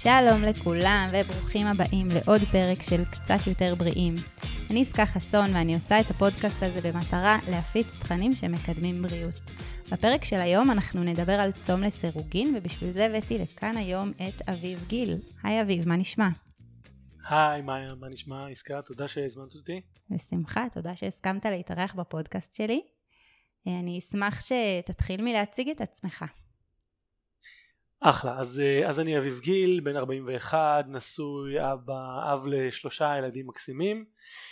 שלום לכולם וברוכים הבאים לעוד פרק של קצת יותר בריאים. אני יסכה חסון ואני עושה את הפודקאסט הזה במטרה להפיץ תכנים שמקדמים בריאות. בפרק של היום אנחנו נדבר על צום לסירוגין, ובשביל זה הבאתי לכאן היום את אביב גיל. היי אביב, מה נשמע? היי מאיה, מה נשמע? יסכה, תודה שהזמנת אותי. בשמחה, תודה שהסכמת להתארח בפודקאסט שלי. אני אשמח שתתחיל מלהציג את עצמך. אחלה, אז אני אביב גיל, בן 41, נשוי, אב לשלושה ילדים מקסימים.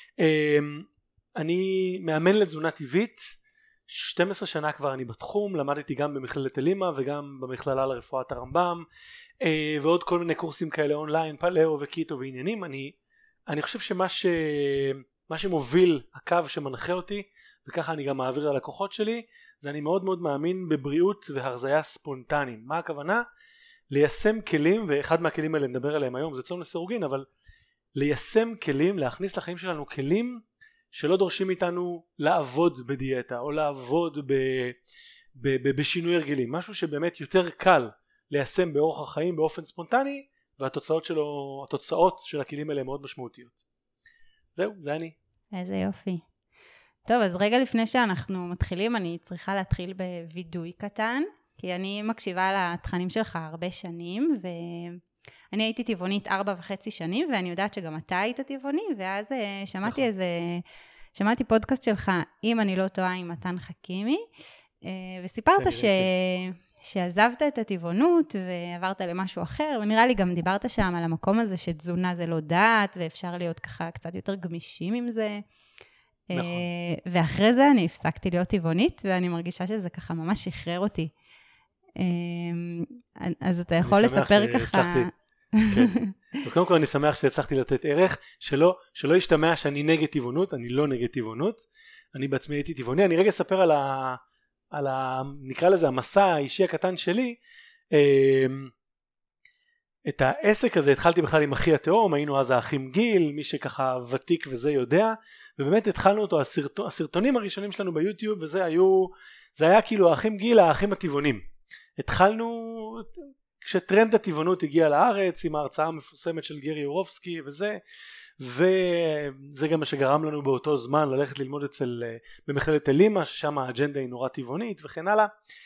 אני מאמן לתזונה טבעית, 12 שנה כבר אני בתחום, למדתי גם במכללת אלימה וגם במכללה לרפואת הרמב"ם, ועוד כל מיני קורסים כאלה אונליין, פלאו וקיטו ועניינים. אני חושב שמה שמוביל, הקו שמנחה אותי, וככה אני גם מעביר ללקוחות שלי, זה אני מאוד מאוד מאמין בבריאות והרזיה ספונטניים. מה הכוונה? ליישם כלים, ואחד מהכלים האלה נדבר עליהם היום, זה צום לסירוגין, אבל ליישם כלים, להכניס לחיים שלנו כלים שלא דורשים מאיתנו לעבוד בדיאטה, או לעבוד בשינוי הרגלים, משהו שבאמת יותר קל ליישם באורח החיים באופן ספונטני, והתוצאות של הכלים האלה מאוד משמעותיות. זהו, זה אני. איזה יופי. טוב, אז רגע לפני שאנחנו מתחילים, אני צריכה להתחיל בווידוי קטן, כי אני מקשיבה לתכנים שלך הרבה שנים, ואני הייתי טבעונית 4.5 שנים, ואני יודעת שגם אתה היית טבעוני, ואז שמעתי פודקאסט שלך, אם אני לא טועה, עם מתן חכימי, וסיפרת שעזבת את הטבעונות, ועברת למשהו אחר, ונראה לי גם דיברת שם על המקום הזה, שתזונה זה לא דעת, ואפשר להיות ככה קצת יותר גמישים עם זה, נכון. ואחרי זה אני הפסקתי להיות טבעונית, ואני מרגישה שזה ככה ממש שחרר אותי. אז אתה יכול לספר ככה... כן. אז קודם כל אני שמח שהצלחתי לתת ערך, שלא ישתמע שאני נגד טבעונות, אני לא נגד טבעונות, אני בעצמי הייתי טבעוני. אני רגע אספר נקרא לזה המסע האישי הקטן שלי. את העסק הזה התחלתי בכלל עם אחי התאום, היינו אז האחים גיל, מי שככה ותיק וזה יודע, ובאמת התחלנו אותו, הסרטונים הראשונים שלנו ביוטיוב, זה היה כאילו האחים גיל, האחים הטבעונים. התחלנו כשטרנד הטבעונות הגיע לארץ עם ההרצאה המפורסמת של גרי יורובסקי וזה גם מה שגרם לנו באותו זמן ללכת ללמוד במכללת אלימה, ששם האג'נדה היא נורא טבעונית וכן הלאה.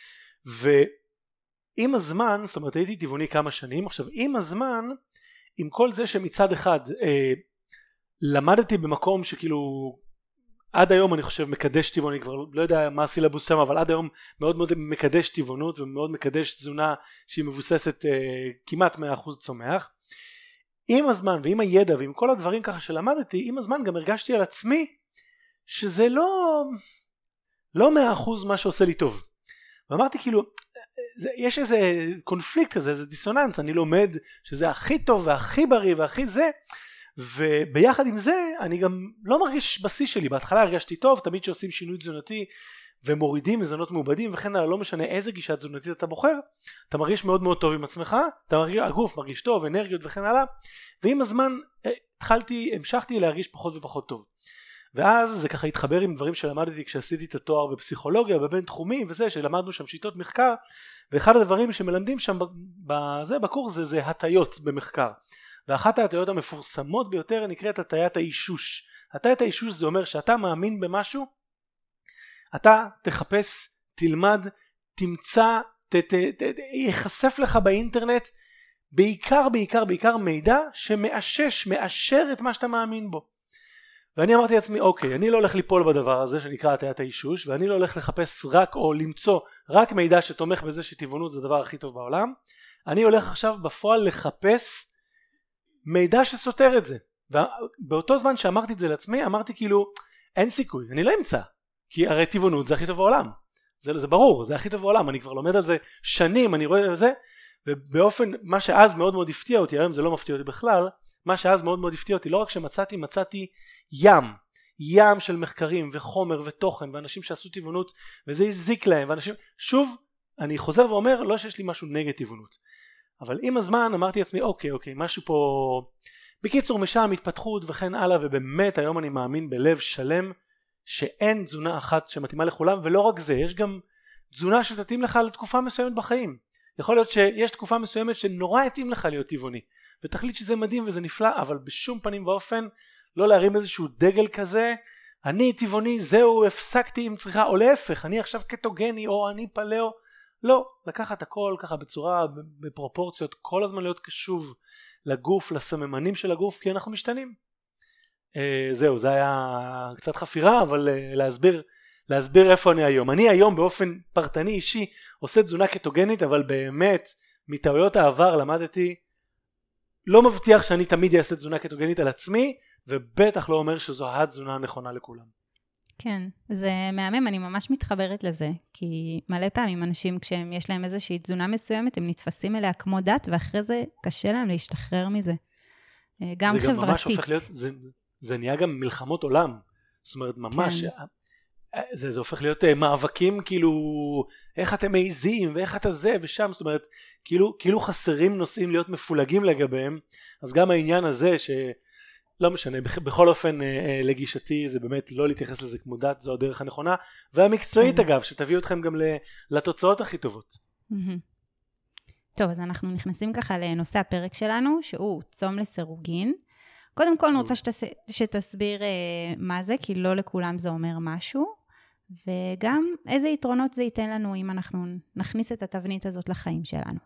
ועם הזמן, זאת אומרת הייתי טבעוני כמה שנים, עכשיו עם הזמן, עם כל זה שמצד אחד למדתי במקום שכאילו עד היום אני חושב מקדש טבעוני, כבר לא יודע מה הסילבוס שם, אבל עד היום מאוד מאוד מקדש טבעונות ומאוד מקדש תזונה שהיא מבוססת כמעט 100% צומח. עם הזמן ועם הידע ועם כל הדברים ככה שלמדתי, עם הזמן גם הרגשתי על עצמי שזה לא 100% מה שעושה לי טוב. ואמרתי כאילו, יש איזה קונפליקט כזה, איזה דיסוננס, אני לומד שזה הכי טוב והכי בריא והכי זה, וביחד עם זה אני גם לא מרגיש בשיא שלי. בהתחלה הרגשתי טוב, תמיד שעושים שינוי תזונתי ומורידים מזונות מעובדים וכן הלאה, לא משנה איזה גישה תזונתית אתה בוחר, אתה מרגיש מאוד מאוד טוב עם עצמך, הגוף מרגיש טוב, אנרגיות וכן הלאה, ועם הזמן המשכתי להרגיש פחות ופחות טוב. ואז זה ככה התחבר עם דברים שלמדתי כשעשיתי את התואר בפסיכולוגיה בבין תחומי וזה, שלמדנו שם שיטות מחקר, ואחד הדברים שמלמדים שם בקורס זה הטיות במחקר. ואחת ההטיות המפורסמות ביותר נקראת הטיית האישוש. הטיית האישוש זה אומר שאתה מאמין במשהו, אתה תחפש, תלמד, תמצא, יחשף לך באינטרנט בעיקר מידע מאשר את מה שאתה מאמין בו. ואני אמרתי לעצמי, אוקיי, אני לא הולך ליפול בדבר הזה שנקרא הטיית האישוש, ואני לא הולך לחפש או למצוא רק מידע שתומך בזה שטבעונות זה הדבר הכי טוב בעולם. אני הולך עכשיו בפועל לחפש מידע שסותר את זה. ובאותו זמן שאמרתי את זה לעצמי, אמרתי כאילו, אין סיכוי, אני לא אמצא, כי הרי טבעונות זה הכי טוב בעולם, זה ברור, זה הכי טוב בעולם, אני כבר לומד על זה שנים, אני רואה את זה, ובאופן, מה שאז מאוד מאוד הפתיע אותי, היום זה לא מפתיע אותי בכלל, מה שאז מאוד מאוד הפתיע אותי, לא רק שמצאתי ים של מחקרים וחומר ותוכן, ואנשים שעשו טבעונות, וזה הזיק להם, ואנשים, שוב, אני חוזר ואומר, לא שיש לי משהו נגד טבעונות, אבל עם הזמן אמרתי לעצמי, אוקיי, משהו פה, בקיצור משם התפתחות וכן הלאה, ובאמת היום אני מאמין בלב שלם, שאין תזונה אחת שמתאימה לכולם, ולא רק זה, יש גם תזונה שתתאים לך לתקופה מסוימת בחיים. יכול להיות שיש תקופה מסוימת שנורא יתאים לך להיות טבעוני, ותחליט שזה מדהים וזה נפלא, אבל בשום פנים ואופן לא להרים איזשהו דגל כזה, אני טבעוני, זהו, הפסקתי אם צריכה, או להפך, אני עכשיו קטוגני, או אני פלאו. לא, לקחת הכל ככה בצורה, בפרופורציות, כל הזמן להיות קשוב לגוף, לסממנים של הגוף, כי אנחנו משתנים. זהו, זה היה קצת חפירה, אבל להסביר איפה אני היום. אני היום באופן פרטני אישי עושה תזונה קטוגנית, אבל באמת מטעויות העבר למדתי, לא מבטיח שאני תמיד אעשה תזונה קטוגנית על עצמי, ובטח לא אומר שזו התזונה הנכונה לכולם. כן, זה מהמם, אני ממש מתחברת לזה, כי מלא פעמים אנשים יש להם איזושהי תזונה מסוימת, הם נתפסים אליה כמו דת, ואחרי זה קשה להם להשתחרר מזה. גם חברתית. זה גם ממש הופך להיות, זה נהיה גם מלחמות עולם. זאת אומרת, ממש, כן. זה הופך להיות מאבקים כאילו, איך אתם מעיזים, ואיך אתה זה ושם, זאת אומרת, כאילו חסרים נושאים להיות מפולגים לגביהם, אז גם העניין הזה לא משנה, בכל אופן לגישתי זה באמת לא להתייחס לזה כמו דת, זו הדרך הנכונה, והמקצועית אגב, שתביא אתכם גם לתוצאות הכי טובות. טוב, אז אנחנו נכנסים ככה לנושא הפרק שלנו, שהוא צום לסירוגין. קודם כל אני רוצה שתסביר מה זה, כי לא לכולם זה אומר משהו, וגם איזה יתרונות זה ייתן לנו אם אנחנו נכניס את התבנית הזאת לחיים שלנו.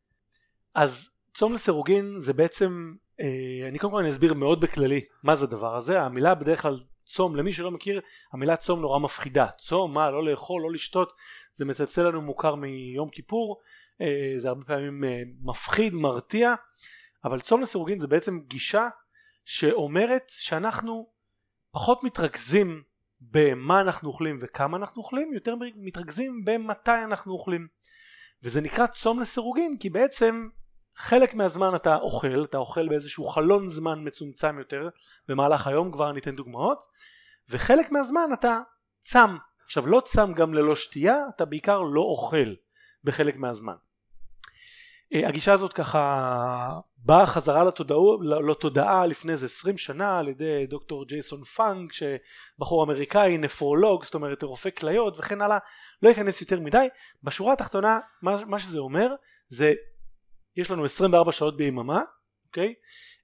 אז צום לסירוגין זה בעצם, אני קודם כל אני אסביר מאוד בכללי מה זה הדבר הזה. המילה בדרך כלל צום, למי שלא מכיר, המילה צום נורא מפחידה. צום, מה, לא לאכול, לא לשתות, זה מצלצל לנו מוכר מיום כיפור, זה הרבה פעמים מפחיד, מרתיע, אבל צום לסירוגין זה בעצם גישה שאומרת שאנחנו פחות מתרכזים במה אנחנו אוכלים וכמה אנחנו אוכלים, יותר מתרכזים במתי אנחנו אוכלים. וזה נקרא צום לסירוגין כי בעצם חלק מהזמן אתה אוכל באיזשהו חלון זמן מצומצם יותר במהלך היום, כבר ניתן דוגמאות, וחלק מהזמן אתה צם. עכשיו לא צם גם ללא שתייה, אתה בעיקר לא אוכל בחלק מהזמן. הגישה הזאת ככה באה חזרה לתודעה לפני איזה 20 שנה על ידי דוקטור ג'ייסון פאנג, שבחור אמריקאי, נפרולוג, זאת אומרת רופא כליות וכן הלאה, לא ייכנס יותר מדי. בשורה התחתונה מה שזה אומר זה יש לנו 24 שעות ביממה, אוקיי?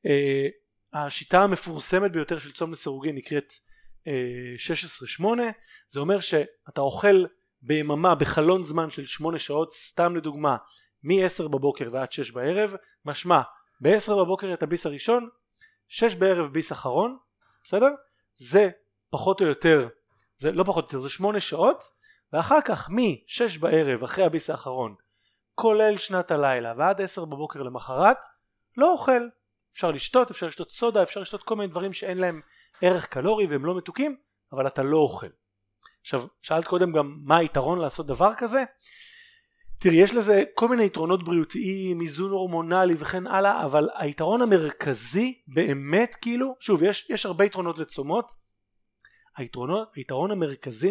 השיטה המפורסמת ביותר של צום לסירוגין נקראת 16-8, זה אומר שאתה אוכל ביממה בחלון זמן של 8 שעות, סתם לדוגמה מ-10 בבוקר ועד 6 בערב, משמע ב-10 בבוקר את הביס הראשון, 6 בערב ביס אחרון, בסדר? זה פחות או יותר, זה לא פחות או יותר, זה 8 שעות, ואחר כך מ-6 בערב אחרי הביס האחרון, כולל שנת הלילה ועד 10 בבוקר למחרת, לא אוכל. אפשר לשתות סודה, אפשר לשתות כל מיני דברים שאין להם ערך קלורי והם לא מתוקים, אבל אתה לא אוכל. עכשיו, שאלת קודם גם מה היתרון לעשות דבר כזה? תראי, יש לזה כל מיני יתרונות בריאותיים, איזון הורמונלי וכן הלאה, אבל היתרון המרכזי באמת כאילו, שוב, יש הרבה יתרונות לצומות, היתרון המרכזי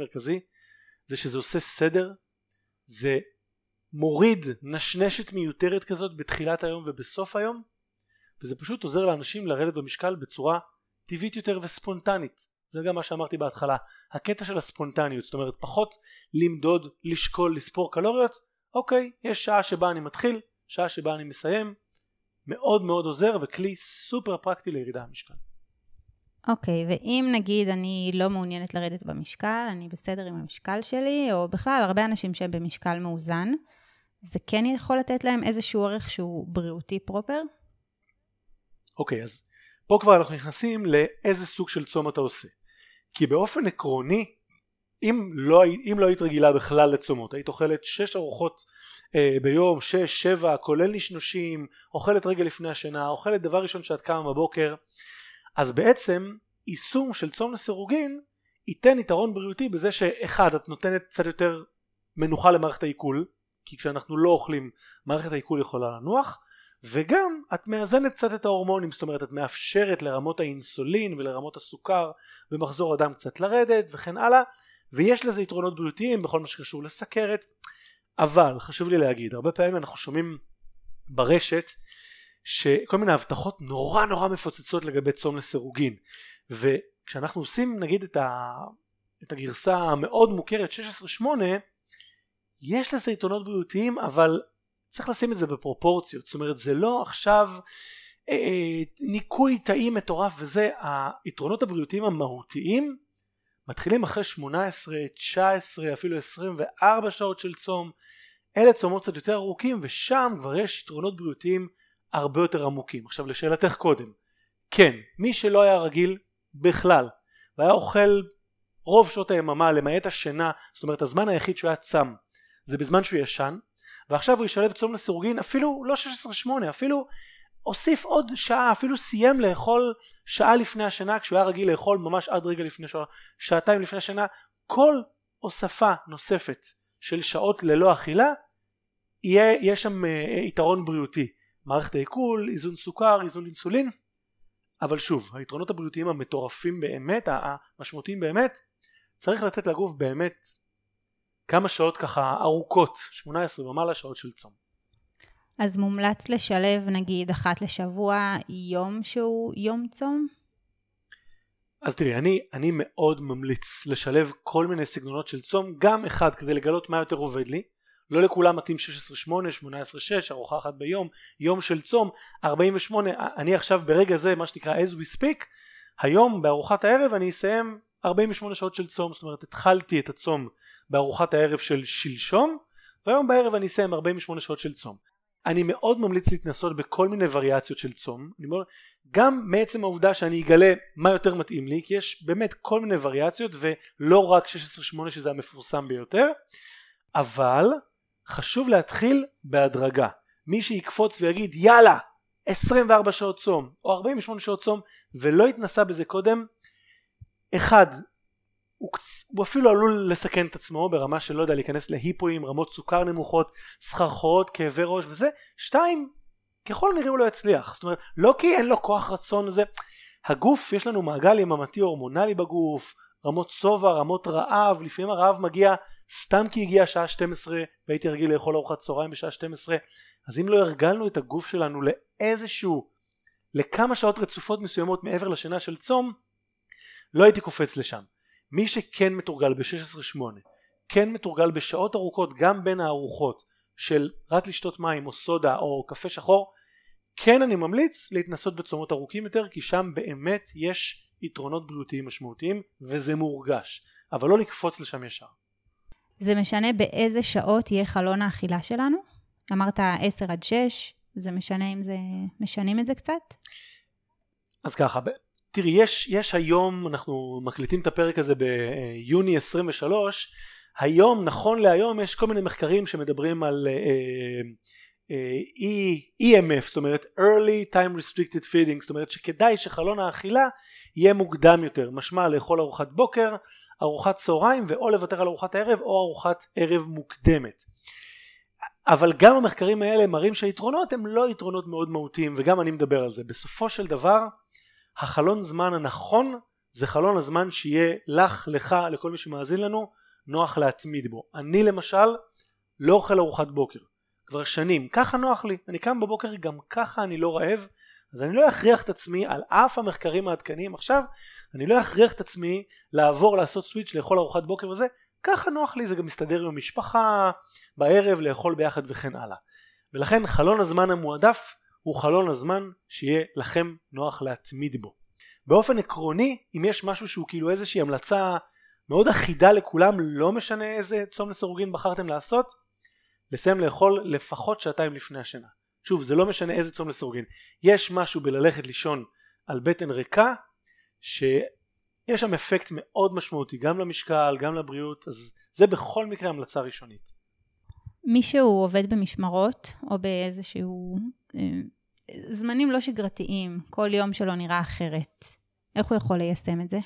זה שזה עושה סדר, זה מוריד נשנשת מיותרת כזאת בתחילת היום ובסוף היום, וזה פשוט עוזר לאנשים לרדת במשקל בצורה טבעית יותר וספונטנית. זה גם מה שאמרתי בהתחלה, הקטע של הספונטניות, זאת אומרת פחות למדוד, לשקול, לספור קלוריות. אוקיי, יש שעה שבה אני מתחיל, שעה שבה אני מסיים, מאוד מאוד עוזר וכלי סופר פרקטי לירידה במשקל. אוקיי, ואם נגיד אני לא מעוניינת לרדת במשקל, אני בסדר עם המשקל שלי, או בכלל הרבה אנשים שהם במשקל מאוזן, זה כן יכול לתת להם איזשהו ערך שהוא בריאותי פרופר? אוקיי, אז פה כבר אנחנו נכנסים לאיזה סוג של צום אתה עושה. כי באופן עקרוני, אם לא היית רגילה בכלל לצומות, היית אוכלת 6 ארוחות ביום, 6-7, כולל נשנושים, אוכלת רגע לפני השינה, אוכלת דבר ראשון שאת קמה בבוקר, אז בעצם יישום של צום לסירוגין ייתן יתרון בריאותי בזה שאחד, את נותנת קצת יותר מנוחה למערכת העיכול, כי כשאנחנו לא אוכלים מערכת העיכול יכולה לנוח, וגם את מאזנת קצת את ההורמונים, זאת אומרת את מאפשרת לרמות האינסולין ולרמות הסוכר במחזור הדם קצת לרדת וכן הלאה, ויש לזה יתרונות בריאותיים בכל מה שקשור לסכרת. אבל חשוב לי להגיד, הרבה פעמים אנחנו שומעים ברשת שכל מיני הבטחות נורא מפוצצות לגבי צום לסירוגין, וכשאנחנו עושים נגיד את הגרסה המאוד מוכרת 16-8, יש לזה יתרונות בריאותיים, אבל צריך לשים את זה בפרופורציות, זאת אומרת זה לא עכשיו ניקוי תאים מטורף, וזה היתרונות הבריאותיים המהותיים מתחילים אחרי 18, 19, אפילו 24 שעות של צום. אלה צומות קצת יותר ארוכים, ושם כבר יש יתרונות בריאותיים הרבה יותר עמוקים. עכשיו לשאלתך קודם, כן, מי שלא היה רגיל בכלל והיה אוכל רוב שעות היממה למעט השינה, זאת אומרת הזמן היחיד שהוא היה צם זה בזמן שהוא ישן, ועכשיו הוא ישלב צום לסירוגין, אפילו לא 16-8, אפילו הוסיף עוד שעה, אפילו סיים לאכול שעה לפני השינה, כשהוא היה רגיל לאכול ממש עד רגע לפני שעה, שעתיים לפני השינה, כל הוספה נוספת של שעות ללא אכילה, יש שם יתרון בריאותי, מערכת העיכול, איזון סוכר, איזון אינסולין. אבל שוב, היתרונות הבריאותיים המטורפים באמת, המשמעותיים באמת, צריך לתת לגוף באמת כמה שעות ככה ארוכות, 18 ומעלה שעות של צום. אז מומלץ לשלב נגיד אחת לשבוע יום שהוא יום צום? אז תראי, אני מאוד ממליץ לשלב כל מיני סגנונות של צום, גם אחד כדי לגלות מה יותר עובד לי, לא לכולם מתאים 16-8, 18-6, ארוחה אחת ביום, יום של צום, 48, אני עכשיו ברגע זה מה שנקרא as we speak, היום בארוחת הערב אני אסיים 48 שעות של צום, זאת אומרת התחלתי את הצום בארוחת הערב של שלשום, והיום בערב אני אסיים 48 שעות של צום. אני מאוד ממליץ להתנסות בכל מיני וריאציות של צום, גם מעצם העובדה שאני אגלה מה יותר מתאים לי, כי יש באמת כל מיני וריאציות ולא רק 16-8 שזה המפורסם ביותר, אבל חשוב להתחיל בהדרגה. מי שיקפוץ ויגיד יאללה 24 שעות צום או 48 שעות צום ולא יתנסה בזה קודם, אחד, הוא אפילו עלול לסכן את עצמו ברמה שלא יודע להיכנס להיפואים, רמות סוכר נמוכות, סחרחורות, כאבי ראש וזה. שתיים, ככל נראה הוא לא יצליח, זאת אומרת לא כי אין לו כוח רצון לזה, הגוף יש לנו מעגל יממתי הורמונלי בגוף, רמות סובה, רמות רעב, לפעמים הרעב מגיע סתם כי הגיע שעה 12 והייתי רגיל לאכול ארוחת צהריים בשעה 12, אז אם לא הרגלנו את הגוף שלנו לכמה שעות רצופות מסוימות מעבר לשינה של צום, לא הייתי קופץ לשם. מי שכן מתורגל ב-16-8, כן מתורגל בשעות ארוכות גם בין הארוחות של רק לשתות מים או סודה או קפה שחור, כן אני ממליץ להתנסות בצומות ארוכים יותר, כי שם באמת יש יתרונות בריאותיים משמעותיים וזה מורגש, אבל לא לקפוץ לשם ישר. זה משנה באיזה שעות יהיה חלון האכילה שלנו? אמרת 10-6, זה משנה אם זה משנים את זה קצת? אז ככה, תראי, יש היום, אנחנו מקליטים את הפרק הזה ביוני 23, היום, נכון להיום, יש כל מיני מחקרים שמדברים על EMF, זאת אומרת Early Time Restricted Feeding, זאת אומרת שכדאי שחלון האכילה יהיה מוקדם יותר, משמע לאכול ארוחת בוקר, ארוחת צהריים, ואו לוותר על ארוחת הערב או ארוחת ערב מוקדמת. אבל גם המחקרים האלה מראים שהיתרונות הם לא יתרונות מאוד מהותיים, וגם אני מדבר על זה. בסופו של דבר, החלון זמן הנכון זה חלון הזמן שיהיה לך, לכל מי שמאזין לנו, נוח להתמיד בו. אני למשל לא אוכל ארוחת בוקר כבר שנים, ככה נוח לי, אני קם בבוקר גם ככה, אני לא רעב, אז אני לא אכריח את עצמי, על אף המחקרים העדכניים עכשיו, אני לא אכריח את עצמי לעבור לעשות סוויץ' לאכול ארוחת בוקר וזה, ככה נוח לי, זה גם מסתדר עם המשפחה, בערב לאכול ביחד וכן הלאה. ולכן חלון הזמן המועדף הוא חלון הזמן שיהיה לכם נוח להתמיד בו. באופן עקרוני, אם יש משהו שהוא כאילו איזושהי המלצה מאוד אחידה לכולם, לא משנה איזה צום לסירוגין בחרתם לעשות, לסיים לאכול לפחות שעתיים לפני השינה. שוב, זה לא משנה איזה צום לסירוגין. יש משהו בללכת לישון על בטן ריקה, שיש שם אפקט מאוד משמעותי, גם למשקל, גם לבריאות, אז זה בכל מקרה המלצה ראשונית. מישהו עובד במשמרות, או באיזשהו זמנים לא שגרתיים, כל יום שלו נראה אחרת. איך הוא יכול ליישם את זה?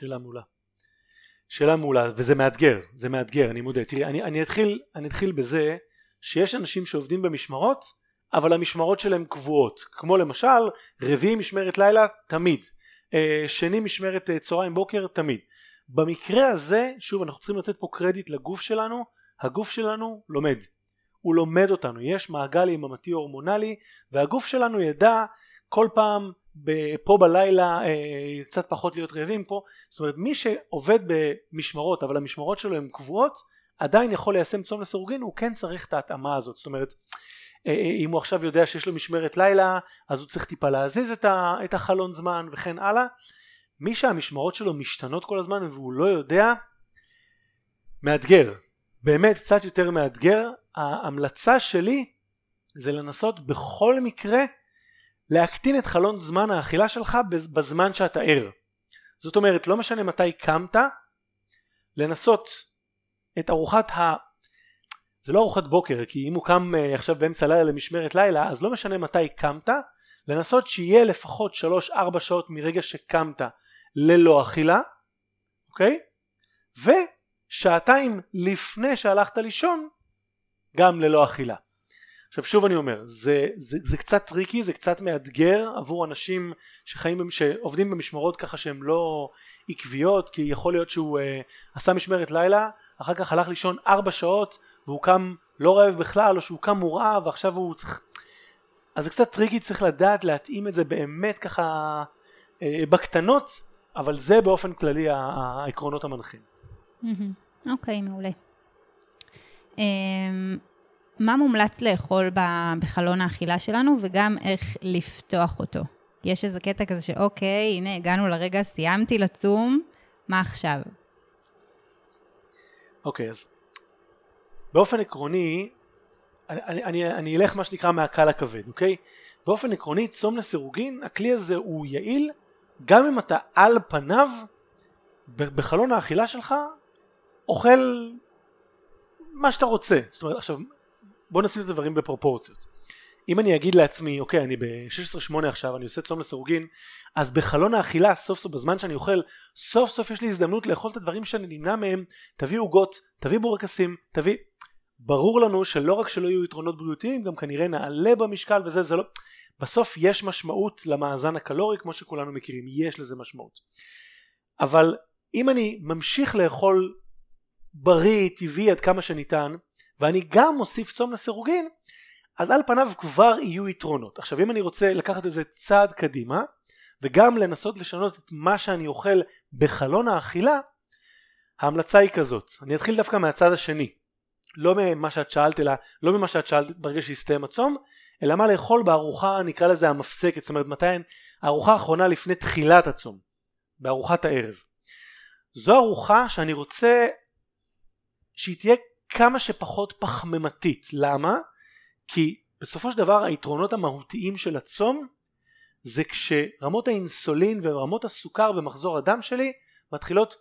שאלה מעולה, וזה מאתגר, אני מודה. תראי, אני אתחיל בזה שיש אנשים שעובדים במשמרות, אבל המשמרות שלהם קבועות, כמו למשל, רביעי משמרת לילה, תמיד. שני משמרת צהריים בוקר, תמיד. במקרה הזה, שוב, אנחנו צריכים לתת פה קרדיט לגוף שלנו, הגוף שלנו לומד. הוא לומד אותנו, יש מעגל יממתי הורמונלי, והגוף שלנו ידע כל פעם פה בלילה קצת פחות להיות רעבים פה. זאת אומרת, מי שעובד במשמרות, אבל המשמרות שלו הן קבועות, עדיין יכול ליישם צום לסירוגין, הוא כן צריך את ההתאמה הזאת. זאת אומרת, אם הוא עכשיו יודע שיש לו משמרת לילה, אז הוא צריך טיפה להזיז את החלון זמן וכן הלאה. מי שהמשמרות שלו משתנות כל הזמן והוא לא יודע, מאתגר, באמת קצת יותר מאתגר. ההמלצה שלי זה לנסות בכל מקרה להקטין את חלון זמן האכילה שלך בזמן שאתה ער. זאת אומרת, לא משנה מתי קמת, לנסות את זה לא ארוחת בוקר, כי אם הוא קם עכשיו באמצע לילה למשמרת לילה, אז לא משנה מתי קמת, לנסות שיהיה לפחות 3-4 שעות מרגע שקמת ללא אכילה, אוקיי? ושעתיים לפני שהלכת לישון, גם ללא אכילה. עכשיו שוב אני אומר, זה קצת טריקי, זה קצת מאתגר עבור אנשים שעובדים במשמרות ככה שהם לא עקביות, כי יכול להיות שהוא עשה משמרת לילה, אחר כך הלך לישון 4 שעות, והוא קם לא רעב בכלל, או שהוא קם מורעב, ועכשיו הוא צריך... אז זה קצת טריקי, צריך לדעת להתאים את זה באמת ככה בקטנות, אבל זה באופן כללי העקרונות המנחים. אוקיי, מעולה. מה מומלץ לאכול בחלון האכילה שלנו, וגם איך לפתוח אותו? יש איזה קטע כזה שאוקיי, הנה הגענו לרגע, סיימתי לצום, מה עכשיו? אוקיי, אז באופן עקרוני, אני אלך מה שנקרא מהקל הכבד, אוקיי? באופן עקרוני, צום לסירוגין, הכלי הזה הוא יעיל, גם אם אתה על פניו, בחלון האכילה שלך, אוכל מה שאתה רוצה. זאת אומרת, עכשיו, בוא נשים את הדברים בפרופורציות. אם אני אגיד לעצמי, אוקיי, אני ב-16-8 עכשיו, אני עושה צום לסירוגין, אז בחלון האכילה, סוף סוף, בזמן שאני אוכל, סוף סוף יש לי הזדמנות לאכול את הדברים שאני נמנע מהם, תביא עוגות, תביא בורקסים, ברור לנו שלא רק שלא יהיו יתרונות בריאותיים, גם כנראה נעלה במשקל וזה, זה לא... בסוף יש משמעות למאזן הקלורי, כמו שכולנו מכירים, יש לזה משמעות. אבל אם אני ממשיך לאכול בריא, טבעי עד כמה שניתן, ואני גם מוסיף צום לסירוגין, אז על פניו כבר יהיו יתרונות. עכשיו אם אני רוצה לקחת את זה צעד קדימה, וגם לנסות לשנות את מה שאני אוכל בחלון האכילה, ההמלצה היא כזאת. אני אתחיל דווקא מהצד השני. לא ממה שאת שאלת, אלא לא ממה שאת שאלת ברגע שהסתיים הצום, אלא מה לאכול בארוחה, נקרא לזה המפסקת, זאת אומרת מתי הארוחה האחרונה לפני תחילת הצום, בארוחת הערב. זו ארוחה שאני רוצה שהיא תהיה כמה שפחות פחמימתית. למה? כי בסופו של דבר היתרונות המהותיים של הצום זה כשרמות האינסולין ורמות הסוכר במחזור הדם שלי מתחילות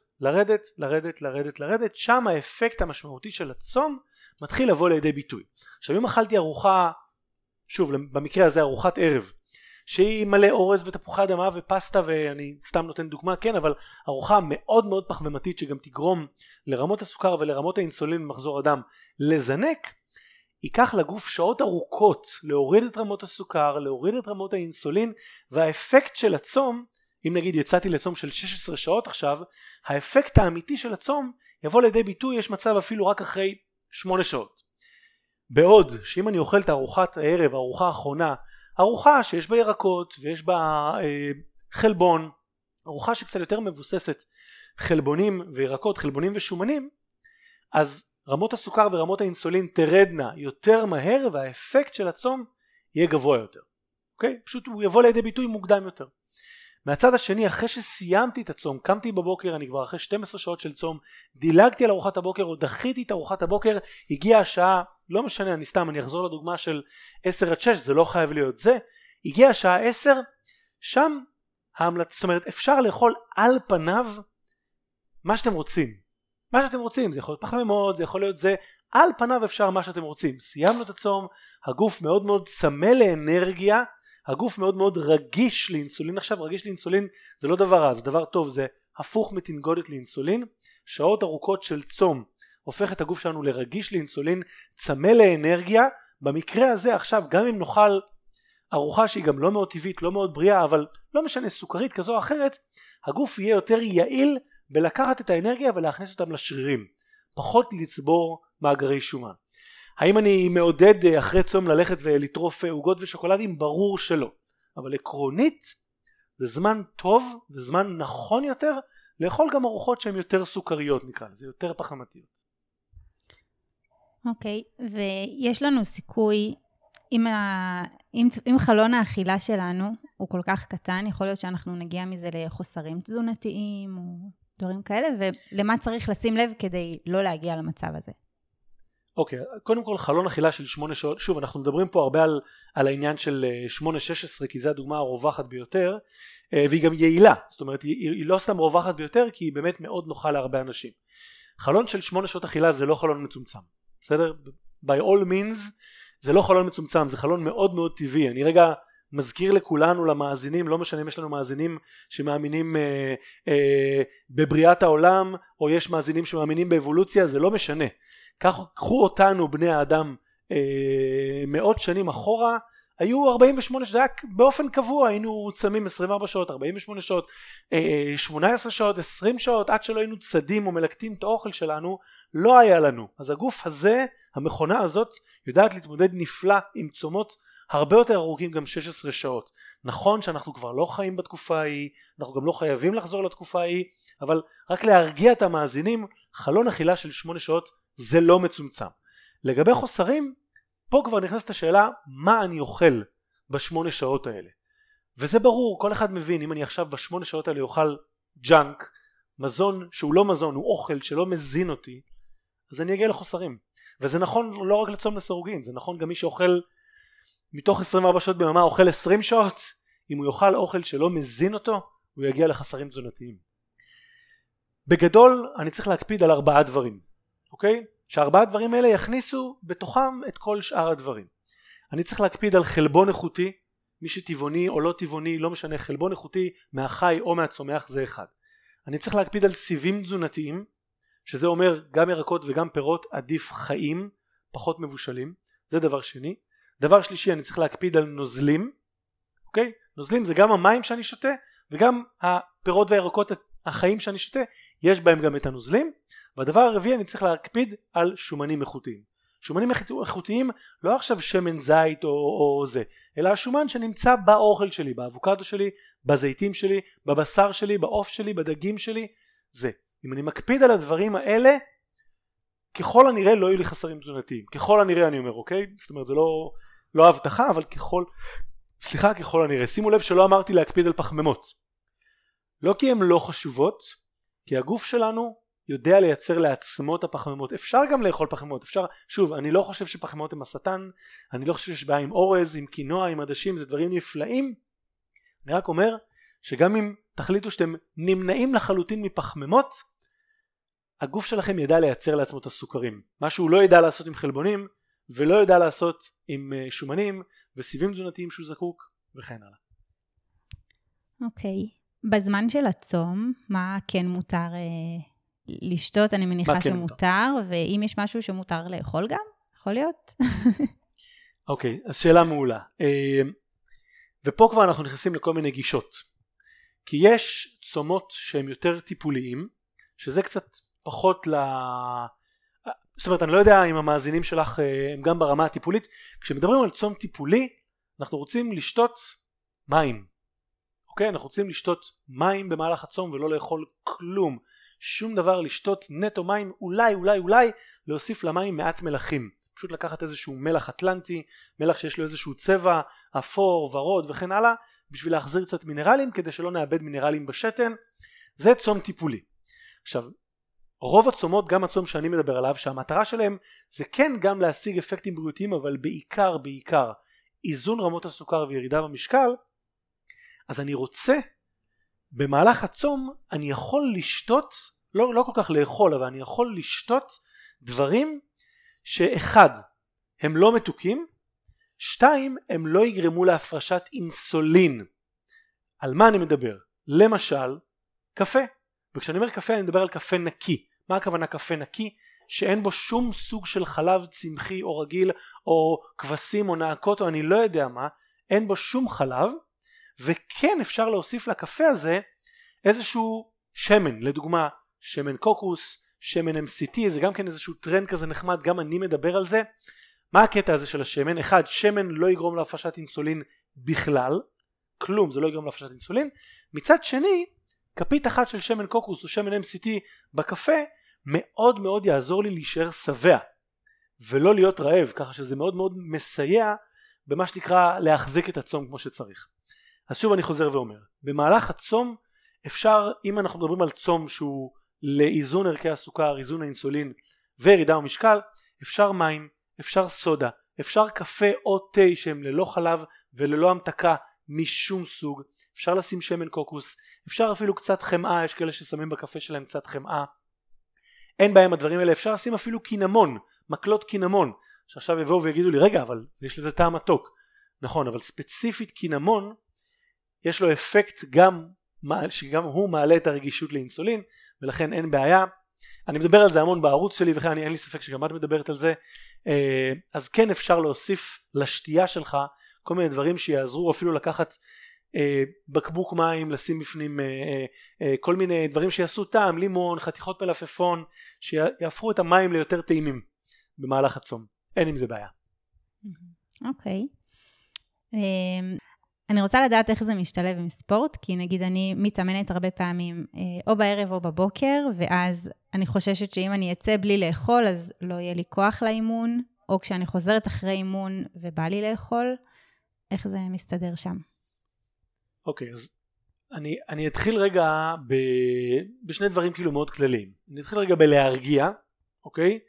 לרדת, שם האפקט המשמעותי של הצום מתחיל לבוא לידי ביטוי. עכשיו אם אכלתי ארוחה, שוב במקרה הזה ארוחת ערב, שהיא מלא אורז ותפוחי אדמה ופסטה, ואני סתם נותן דוגמה, כן, אבל ארוחה מאוד מאוד פחמימתית שגם תגרום לרמות הסוכר ולרמות האינסולין במחזור הדם לזנק, ייקח לגוף שעות ארוכות להוריד את רמות הסוכר, להוריד את רמות האינסולין, והאפקט של הצום, אם נגיד יצאתי לצום של 16 שעות עכשיו, האפקט האמיתי של הצום יבוא לידי ביטוי, יש מצב אפילו רק אחרי 8 שעות. בעוד שאם אני אוכל את ארוחת הערב, הארוחה האחרונה, ארוחה שיש בה ירקות ויש בה חלבון, ארוחה שקצת יותר מבוססת חלבונים וירקות, חלבונים ושומנים, אז רמות הסוכר ורמות האינסולין תרדנה יותר מהר והאפקט של הצום יהיה גבוה יותר. אוקיי? פשוט הוא יבוא לידי ביטוי מוקדם יותר. מהצד השני, אחרי שסיימתי את הצום, קמתי בבוקר, אני כבר אחרי 12 שעות של צום, דילגתי על ארוחת הבוקר או דחיתי את ארוחת הבוקר, הגיעה השעה, לא משנה, אני אחזור לדוגמה של 10-6, זה לא חייב להיות זה, הגיעה השעה 10, שם ההמלצה, זאת אומרת אפשר לאכול על פניו מה שאתם רוצים. מה שאתם רוצים, זה יכול להיות פחמימות, זה יכול להיות זה, על פניו אפשר מה שאתם רוצים. סיימנו את הצום, הגוף מאוד מאוד צמא לאנרגיה, הגוף מאוד מאוד רגיש לאינסולין. עכשיו רגיש לאינסולין זה לא דבר רע, זה דבר טוב, זה הפוך מתנגודת לאינסולין. שעות ארוכות של צום הופך את הגוף שלנו לרגיש לאינסולין, צמא לאנרגיה. במקרה הזה עכשיו גם אם נאכל ארוחה שהיא גם לא מאוד טבעית, לא מאוד בריאה, אבל לא משנה סוכרית כזו או אחרת, הגוף יהיה יותר יעיל בלקחת את האנרגיה ולהכניס אותם לשרירים, פחות לצבור מאגרי שומן. האם אני מעודד אחרי צום ללכת ולטרוף עוגות ושוקולדים? ברור שלא. אבל עקרונית זה זמן טוב וזמן נכון יותר לאכול גם ארוחות שהן יותר סוכריות, נקרא לזה, יותר פחמימתיות. אוקיי, ויש לנו סיכוי אם חלון האכילה שלנו הוא כל כך קטן, יכול להיות שאנחנו נגיע מזה לחוסרים תזונתיים או דברים כאלה, ולמה צריך לשים לב כדי לא להגיע למצב הזה? אוקיי, קודם כל חלון אכילה של 8 שעות, שוב אנחנו מדברים פה הרבה על העניין של 8-16 כי זו הדוגמה הרווחת ביותר, והיא גם יעילה, זאת אומרת היא לא סתם רווחת ביותר כי היא באמת מאוד נוחה להרבה אנשים. חלון של 8 שעות אכילה זה לא חלון מצומצם, בסדר? by all means זה לא חלון מצומצם, זה חלון מאוד מאוד טבעי. אני רגע מזכיר לכולנו, למאזינים, לא משנה אם יש לנו מאזינים שמאמינים בבריאת העולם או יש מאזינים שמאמינים באבולוציה, זה לא משנה. קחו אותנו בני האדם מאות שנים אחורה, היו 48 שעות, באופן קבוע היינו צמים 24 שעות, 48 שעות, 18 שעות, 20 שעות, עד שלא היינו צדים או מלקטים את האוכל שלנו, לא היה לנו. אז הגוף הזה, המכונה הזאת, יודעת להתמודד נפלא עם צומות הרבה יותר ארוכים, גם 16 שעות. נכון שאנחנו כבר לא חיים בתקופה ההיא, אנחנו גם לא חייבים לחזור לתקופה ההיא, אבל רק להרגיע את המאזינים, חלון אכילה של 8 שעות זה לא מצומצם. לגבי חוסרים, פה כבר נכנסת השאלה מה אני אוכל בשמונה שעות האלה. וזה ברור, כל אחד מבין, אם אני עכשיו בשמונה שעות האלה אוכל ג'אנק, מזון שהוא לא מזון, הוא אוכל שלא מזין אותי, אז אני אגיע לחוסרים. וזה נכון לא רק לצום לסירוגין, זה נכון גם מי שאוכל מתוך 24 שעות ביממה אוכל 20 שעות, אם הוא יאכל אוכל שלא מזין אותו, הוא יגיע לחסרים תזונתיים. בגדול אני צריך להקפיד על 4 דברים, אוקיי? ש4 דברים האלה יכניסו בתוכם את כל שאר הדברים. אני צריך להקפיד על חלבון איכותי, מי שטבעוני או לא טבעוני, לא משנה, חלבון איכותי מהחי או מהצומח זה אחד. אני צריך להקפיד על סיבים תזונתיים, שזה אומר גם ירקות וגם פירות עדיף חיים, פחות מבושלים, זה דבר שני. דבר שלישי, אני צריך להקפיד על נוזלים, אוקיי? נוזלים זה גם המים שאני שותה, וגם הפירות והירקות החיים שאני שותה, יש בהם גם את הנוזלים. והדבר הרביעי, אני צריך להקפיד על שומנים איכותיים. שומנים איכותיים לא עכשיו שמן זית או זה, אלא השומן שנמצא באוכל שלי, באבוקדו שלי, בזיתים שלי, בבשר שלי, בעוף שלי, בדגים שלי, זה. אם אני מקפיד על הדברים האלה, ככל הנראה לא יהיו לי חסרים תזונתיים. ככל הנראה אני אומר, אוקיי? זאת אומרת, זה לא הבטחה, אבל ככל הנראה. שימו לב שלא אמרתי להקפיד על פחמימות. לא כי הן לא חשובות, כי הגוף שלנו יודע לייצר לעצמו את הפחמימות. אפשר גם לאכול פחמימות, אפשר, שוב, אני לא חושב שפחמימות הם השטן, אני לא חושב שיש בעיה עם אורז, עם קינוע, עם עדשים, זה דברים נפלאים. אני רק אומר שגם אם תחליטו שאתם נמנעים לחלוטין מפחמימות, הגוף שלכם ידע לייצר לעצמו את הסוכרים. מה שהוא לא ידע לעשות עם חלבונים, ולא ידע לעשות עם שומנים, וסיבים תזונתיים שהוא זקוק, וכן הלאה. אוקיי. בזמן של הצום, מה כן מותר לשתות? אני מניחה שמותר, ואם יש משהו שמותר לאכול גם, יכול להיות. אוקיי, אז שאלה מעולה. ופה כבר אנחנו נכנסים לכל מיני גישות. כי יש צומות שהם יותר טיפוליים, שזה קצת פחות זאת אומרת, אני לא יודע אם המאזינים שלך הם גם ברמה הטיפולית. כשמדברים על צום טיפולי, אנחנו רוצים לשתות מים. אוקיי? אנחנו רוצים לשתות מים במהלך הצום ולא לאכול כלום. שום דבר, לשתות נטו מים, אולי להוסיף למים מעט מלחים. פשוט לקחת איזשהו מלח אטלנטי, מלח שיש לו איזשהו צבע, אפור, ורוד וכן הלאה, בשביל להחזיר קצת מינרלים, כדי שלא נאבד מינרלים בשתן. זה צום טיפולי. עכשיו, רוב הצומות, גם הצום שאני מדבר עליו, שהמטרה שלהם זה כן גם להשיג אפקטים בריאותיים, אבל בעיקר איזון רמות הסוכר וירידה במשקל. אז אני רוצה, במהלך הצום, אני יכול לשתות, לא כל כך לאכול, אבל אני יכול לשתות דברים שאחד, הם לא מתוקים, 2, הם לא יגרמו להפרשת אינסולין. על מה אני מדבר? למשל, קפה. וכשאני אומר קפה, אני מדבר על קפה נקי. מה הכוונה קפה נקי? שאין בו שום סוג של חלב צמחי או רגיל, או כבשים או נעקות, או אני לא יודע מה, אין בו שום חלב, וכן אפשר להוסיף לקפה הזה איזשהו שמן, לדוגמה שמן קוקוס, שמן MCT, זה גם כן איזשהו טרנד כזה נחמד, גם אני מדבר על זה. מה הקטע הזה של השמן? אחד, שמן לא יגרום להפרשת אינסולין בכלל, כלום, זה לא יגרום להפרשת אינסולין. מצד שני, כפית אחת של שמן קוקוס או שמן MCT בקפה, מאוד מאוד יעזור לי להישאר שבע, ולא להיות רעב, ככה שזה מאוד מאוד מסייע במה שנקרא להחזיק את הצום כמו שצריך. אז שוב אני חוזר ואומר, במהלך הצום אפשר, אם אנחנו מדברים על צום שהוא לאיזון ערכי הסוכר, איזון האינסולין וירידה במשקל, אפשר מים, אפשר סודה, אפשר קפה או תה שהם ללא חלב וללא המתקה משום סוג, אפשר לשים שמן קוקוס, אפשר אפילו קצת חמאה, יש כאלה ששמים בקפה שלהם קצת חמאה, אין בהם הדברים האלה, אפשר לשים אפילו קינמון, מקלות קינמון, שעכשיו יבואו ויגידו לי רגע אבל יש לזה טעם מתוק, נכון, אבל ספציפית קינמון יש לו אפקט שגם הוא מעלה את הרגישות לאינסולין, ולכן אין בעיה. אני מדבר על זה המון בערוץ שלי וכן אין לי ספק שגם את מדברת על זה. אז כן אפשר להוסיף לשתייה שלך כל מיני דברים שיעזרו, אפילו לקחת בקבוק מים, לשים בפנים כל מיני דברים שיעשו טעם, לימון, חתיכות מלפפון, שיהפכו את המים ליותר טעימים במהלך הצום. אין עם זה בעיה. אוקיי. אני רוצה לדעת איך זה משתלב עם ספורט, כי נגיד אני מתאמנת הרבה פעמים או בערב או בבוקר, ואז אני חוששת שאם אני אצא בלי לאכול, אז לא יהיה לי כוח לאימון, או כשאני חוזרת אחרי אימון ובא לי לאכול, איך זה מסתדר שם? אוקיי, אז אני אתחיל רגע בשני דברים כאילו מאוד כלליים. אני אתחיל רגע בלהרגיע, אוקיי?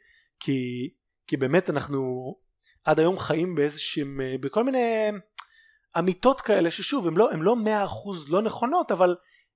כי באמת אנחנו עד היום חיים בכל מיני אמיתות כאלה ששוב הם לא 100% לא נכונות, אבל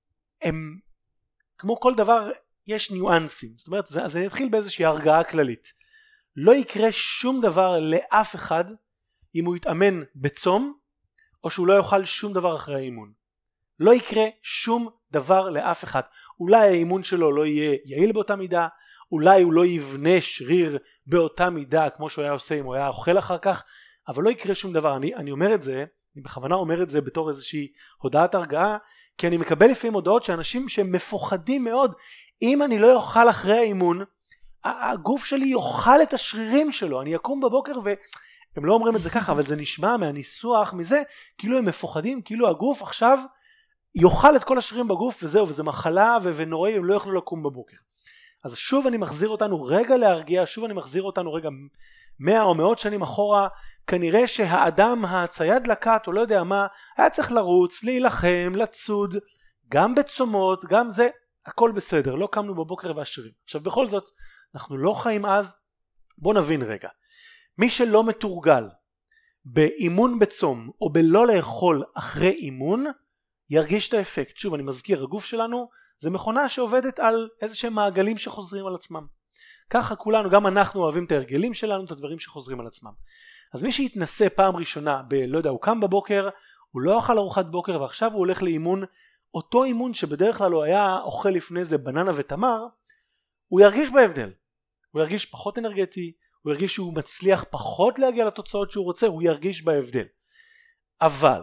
הם כמו כל דבר יש ניואנסים. זאת אומרת, אז אני אתחיל באיזושהי הרגעה כללית. לא יקרה שום דבר לאף אחד אם הוא יתאמן בצום או שהוא לא יאכל שום דבר אחרי האימון. לא יקרה שום דבר לאף אחד. אולי האימון שלו לא יהיה יעיל באותה מידה, אולי הוא לא יבנה שריר באותה מידה כמו שהוא היה עושה אם הוא היה אוכל אחר כך, אבל לא יקרה שום דבר. אני אומר את זה, אני בכוונה אומר את זה בתור איזושהי הודעת הרגעה, כי אני מקבל לפעמים הודעות שאנשים שהם מפוחדים מאוד, אם אני לא יאכל אחרי האימון, הגוף שלי יאכל את השרירים שלו, אני אקום בבוקר והם לא אומרים את זה ככה, אבל זה נשמע מהניסוח מזה, כאילו הם מפוחדים, כאילו הגוף עכשיו יאכל את כל השרירים בגוף וזהו, וזה מחלה ונוראי, הם לא יוכלו לקום בבוקר. אז שוב אני מחזיר אותנו רגע להרגיע, שוב אני מחזיר אותנו רגע 100 או מאות שנים אחורה, כנראה שהאדם הצייד לקט או לא יודע מה, היה צריך לרוץ, להילחם, לצוד, גם בצומות, גם זה, הכל בסדר, לא קמנו בבוקר והשרירים. עכשיו בכל זאת, אנחנו לא חיים אז, בוא נבין רגע, מי שלא מתורגל באימון בצום או בלא לאכול אחרי אימון, ירגיש את האפקט. שוב אני מזכיר, הגוף שלנו זה מכונה שעובדת על איזה שהם מעגלים שחוזרים על עצמם. ככה כולנו, גם אנחנו אוהבים את ההרגלים שלנו, את הדברים שחוזרים על עצמם. אז מי שיתנסה פעם ראשונה לא יודע, הוא קם בבוקר, הוא לא אכל ארוחת בוקר ועכשיו הוא הולך לאימון, אותו אימון שבדרך כלל הוא היה אוכל לפני זה בננה ותמר, הוא ירגיש בהבדל. הוא ירגיש פחות אנרגטי, הוא ירגיש שהוא מצליח פחות להגיע לתוצאות שהוא רוצה, הוא ירגיש בהבדל. אבל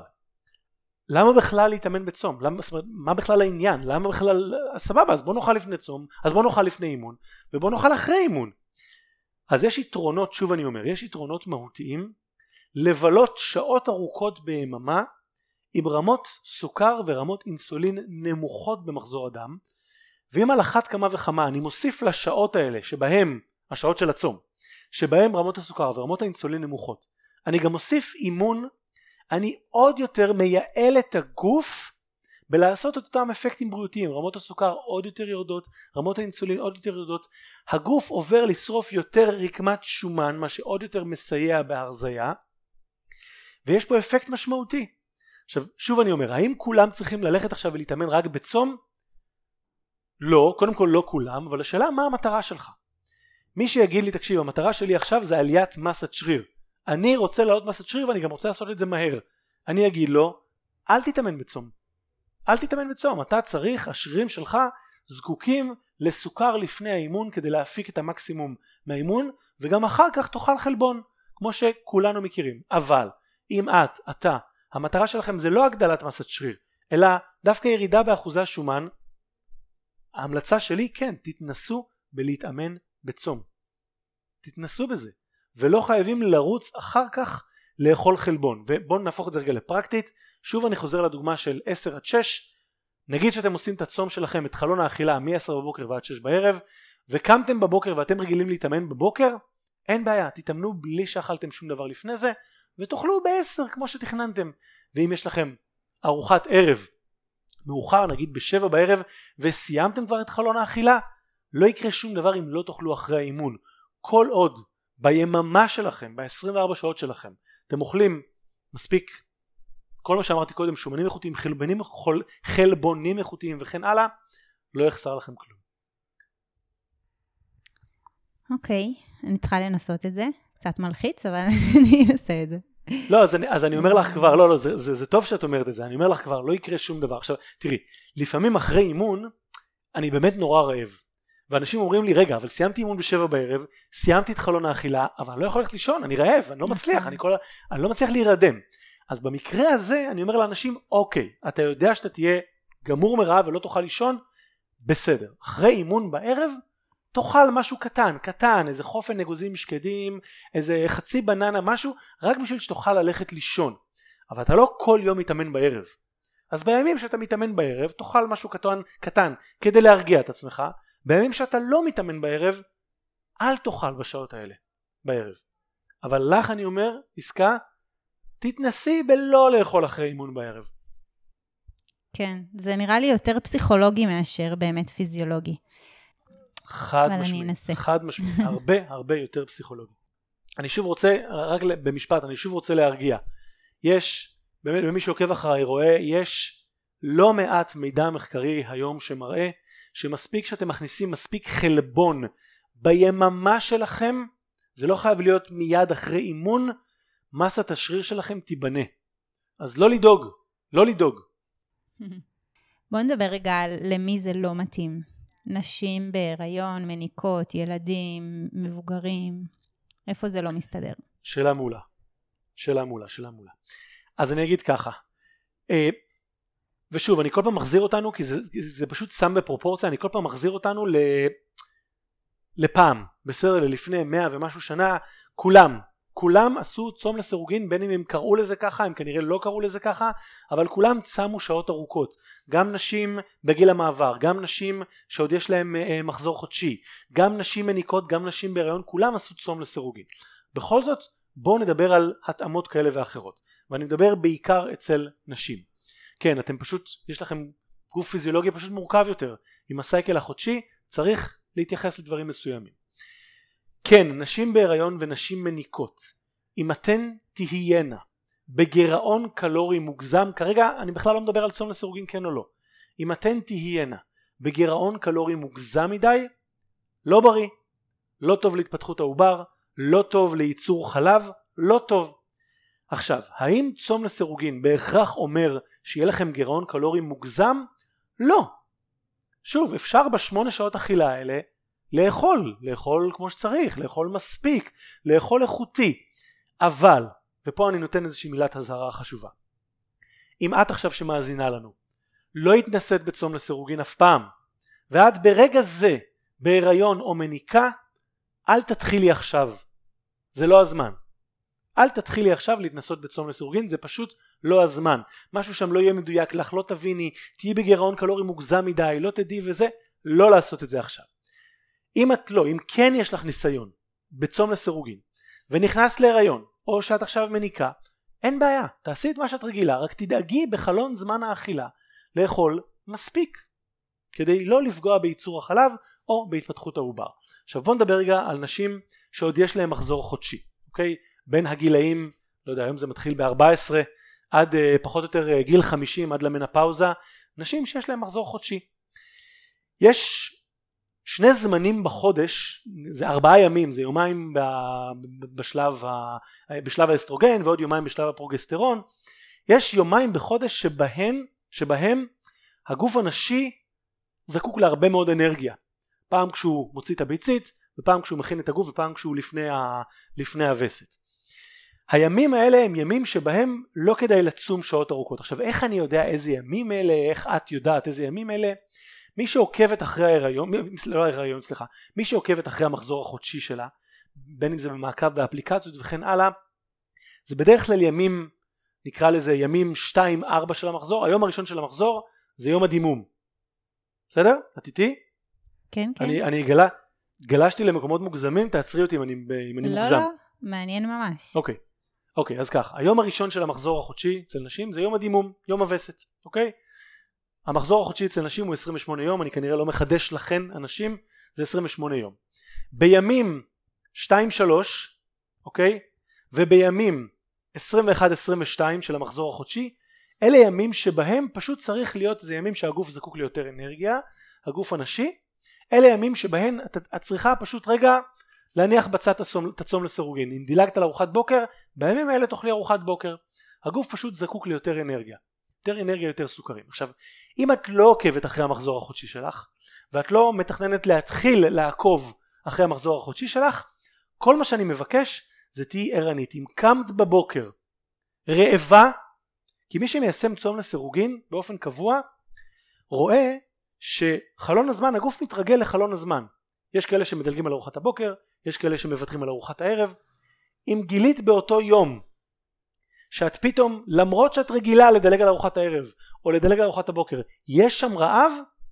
למה בכלל להתאמן בצום? מה בכלל העניין? למה בכלל, סבבה, אז בוא נאכל לפני צום, אז בוא נאכל לפני אימון, ובוא נאכל אחרי אימון. אז יש יתרונות, שוב אני אומר, יש יתרונות מהותיים, לבלות שעות ארוכות ביממה, עם רמות סוכר ורמות אינסולין נמוכות במחזור הדם, ואם על אחת כמה וכמה אני מוסיף לשעות האלה, שבהם, השעות של הצום, שבהם רמות הסוכר ורמות האינסולין נמוכות, אני גם מוסיף אימון, אני עוד יותר מייעל את הגוף בלעשות את אותם אפקטים בריאותיים, רמות הסוכר עוד יותר יורדות, רמות האינסולין עוד יותר יורדות, הגוף עובר לשרוף יותר רקמת שומן, מה שעוד יותר מסייע בהרזיה, ויש פה אפקט משמעותי. עכשיו שוב אני אומר, האם כולם צריכים ללכת עכשיו ולהתאמן רק בצום? לא, קודם כל לא כולם, אבל השאלה מה המטרה שלך? מי שיגיד לי, תקשיב, המטרה שלי עכשיו זה עליית מסת שריר, אני רוצה לעלות מסת שריר ואני גם רוצה לעשות את זה מהר, אני אגיד לו, אל תתאמן בצום, אל תתאמן בצום, אתה צריך, השרירים שלך זקוקים לסוכר לפני האימון כדי להפיק את המקסימום מהאימון, וגם אחר כך תאכל חלבון, כמו שכולנו מכירים. אבל אם אתה, המטרה שלכם זה לא הגדלת מסת שריר, אלא דווקא ירידה באחוזי השומן, ההמלצה שלי כן, תתנסו בלהתאמן בצום, תתנסו בזה, ולא חייבים לרוץ אחר כך לאכול חלבון. ובואו נהפוך את זה רגע לפרקטית. שוב אני חוזר לדוגמה של 10 עד 6, נגיד שאתם עושים את הצום שלכם, את חלון האכילה מ-10 בבוקר ועד 6 בערב, וקמתם בבוקר ואתם רגילים להתאמן בבוקר, אין בעיה, תתאמנו בלי שאכלתם שום דבר לפני זה, ותאכלו ב10 כמו שתכננתם. ואם יש לכם ארוחת ערב מאוחר, נגיד ב7 בערב, וסיימתם כבר את חלון האכילה, לא יקרה שום דבר אם לא תאכלו אחרי האימון. כל עוד ביממה שלכם, ב24 שעות שלכם, אתם אוכלים מספיק, כל מה שאמרתי קודם, שומנים איכותיים, חלבונים איכותיים וכן הלאה, לא יחסר לכם כלום. אוקיי, אני צריכה לנסות את זה, קצת מלחיץ, אבל אני אנסה את זה. לא, אז אני אומר לך כבר, לא, זה טוב שאת אומרת את זה, אני אומר לך כבר, לא יקרה שום דבר. עכשיו, תראי, לפעמים אחרי אימון, אני באמת נורא רעב. ואנשים אומרים לי, רגע, אבל סיימתי אימון ב7 בערב, סיימתי את חלון האכילה, אבל אני לא יכול ללכת לישון, אני רעב, אני לא מצליח, אני לא מצליח להירדם. אז במקרה הזה, אני אומר לאנשים, אוקיי, אתה יודע שאתה תהיה גמור מרעב ולא תוכל לישון, בסדר. אחרי אימון בערב, תאכל משהו קטן, איזה חופן אגוזים שקדים, איזה חצי בננה, משהו, רק בשביל שתוכל ללכת לישון. אבל אתה לא כל יום מתאמן בערב. אז בימים שאתה מתאמן בערב, תאכל משהו קטן כדי להרגיע את עצמך. בימים שאתה לא מתאמן בערב, אל תאכל בשעות האלה, בערב. אבל לך אני אומר, עסקה, תתנסי בלא לאכול אחרי אימון בערב. כן, זה נראה לי יותר פסיכולוגי מאשר באמת פיזיולוגי. חד משמעית, הרבה יותר פסיכולוגי. אני שוב רוצה, רק במשפט, אני שוב רוצה להרגיע. יש, באמת, במי שעוקב אחריי רואה, יש לא מעט מידע מחקרי היום שמראה, שמספיק שאתם מכניסים מספיק חלבון ביממה שלכם, זה לא חייב להיות מיד אחרי אימון, מסת השריר שלכם תיבנה. אז לא לדאוג. בואו נדבר רגע על למי זה לא מתאים. נשים בהיריון, מניקות, ילדים, מבוגרים, איפה זה לא מסתדר? שאלה מעולה. אז אני אגיד ככה, ושוב, אני כל פעם מחזיר אותנו, כי זה פשוט שם בפרופורציה, אני כל פעם מחזיר אותנו לפעם, בסדר, ללפני 100 ומשהו שנה, כולם עשו צום לסירוגין, בין אם הם קראו לזה ככה, הם כנראה לא קראו לזה ככה, אבל כולם צמו שעות ארוכות. גם נשים בגיל המעבר, גם נשים שעוד יש להם מחזור חודשי, גם נשים מניקות, גם נשים בהיריון, כולם עשו צום לסירוגין. בכל זאת, בואו נדבר על התאמות כאלה ואחרות. ואני מדבר בעיקר אצל נשים. כן, אתם פשוט, יש לכם גוף פיזיולוגי פשוט מורכב יותר. עם הסייקל החודשי צריך להתייחס לדברים מסוימים. כן, נשים בהיריון ונשים מניקות, אם אתן תהיינה בגירעון קלורי מוגזם, כרגע אני בכלל לא מדבר על צום לסירוגין כן או לא, אם אתן תהיינה בגירעון קלורי מוגזם מדי, לא בריא, לא טוב להתפתחות העובר, לא טוב לייצור חלב, לא טוב. עכשיו, האם צום לסירוגין בהכרח אומר שיהיה לכם גירעון קלורי מוגזם? לא. שוב, אפשר ב8 שעות אכילה האלה לאכול כמו שצריך, לאכול מספיק, לאכול איכותי. אבל, ופה אני נותן איזושהי מילת הזהרה חשובה, אם את עכשיו שמאזינה לנו לא התנסית בצום לסירוגין אף פעם, ואת ברגע זה בהיריון או מניקה, אל תתחילי עכשיו, זה לא הזמן. אל תתחילי עכשיו להתנסות בצום לסירוגין, זה פשוט לא הזמן. משהו שם לא יהיה מדויק לך, לא תביני, תהיי בגירעון קלורי מוגזם מדי, לא תדעי וזה, לא לעשות את זה עכשיו. אם כן יש לך ניסיון בצום לסירוגין ונכנס להיריון או שאת עכשיו מניקה, אין בעיה, תעשי את מה שאת רגילה, רק תדאגי בחלון זמן האכילה לאכול מספיק כדי לא לפגוע בייצור החלב או בהתפתחות העובר. עכשיו בוא נדבר רגע על נשים שעוד יש להם מחזור חודשי, אוקיי? בין הגילאים, לא יודע, היום זה מתחיל ב14 עד פחות או יותר גיל 50 עד למנופאוזה, נשים שיש להם מחזור חודשי. יש שני זמנים בחודש, זה 4 ימים, זה יומיים בשלב האסטרוגן ועוד יומיים בשלב הפרוגסטרון. יש יומיים בחודש שבהם הגוף הנשי זקוק להרבה מאוד אנרגיה. פעם כשהוא מוציא את הביצית, ופעם כשהוא מכין את הגוף, ופעם כשהוא לפני הווסת. הימים האלה הם ימים שבהם לא כדאי לצום שעות ארוכות. עכשיו איך אני יודע איזה ימים אלה, איך את יודעת איזה ימים אלה? מי שעוקבת אחרי מי שעוקבת אחרי המחזור החודשי שלה, בין אם זה במעקב באפליקציות וכן הלאה, זה בדרך כלל ימים, נקרא לזה ימים 2-4 של המחזור. היום הראשון של המחזור זה יום הדימום. בסדר? את איתי? כן. אני גלשתי למקומות מוגזמים, תעצרי אותי אם אני מוגזם. לא, מעניין ממש. אוקיי. אוקיי, אז ככה, היום הראשון של המחזור החודשי אצל נשים זה יום הדימום, יום הווסת, אוקיי? המחזור החודשי אצל נשים הוא 28 יום, אני כנראה לא מחדש לכן אנשים, זה 28 יום. בימים 2-3, אוקיי? ובימים 21-22 של המחזור החודשי, אלה ימים שבהם פשוט צריך להיות, זה ימים שהגוף זקוק ליותר אנרגיה, הגוף הנשי, אלה ימים שבהם את צריכה פשוט רגע להניח בצד את הצום לסירוגין. אם דילגת על ארוחת בוקר, בימים האלה תאכלי ארוחת בוקר. הגוף פשוט זקוק ליותר אנרגיה. יותר אנרגיה, יותר סוכרים. עכשיו, אם את לא עוקבת אחרי המחזור החודשי שלך, ואת לא מתכננת להתחיל לעקוב אחרי המחזור החודשי שלך, כל מה שאני מבקש זה תהי ערנית. אם קמת בבוקר רעבה, כי מי שמיישם צום לסירוגין באופן קבוע, רואה שחלון הזמן, הגוף מתרגל לחלון הזמן. יש כאלה שמדלגים על ארוחת הבוקר, יש כאלה שמוותרים על ארוחת הערב. אם גילית באותו יום שאת פתאום, למרות שאת רגילה לדלג על ארוחת הערב או לדלג על ארוחת הבוקר, יש שם רעב,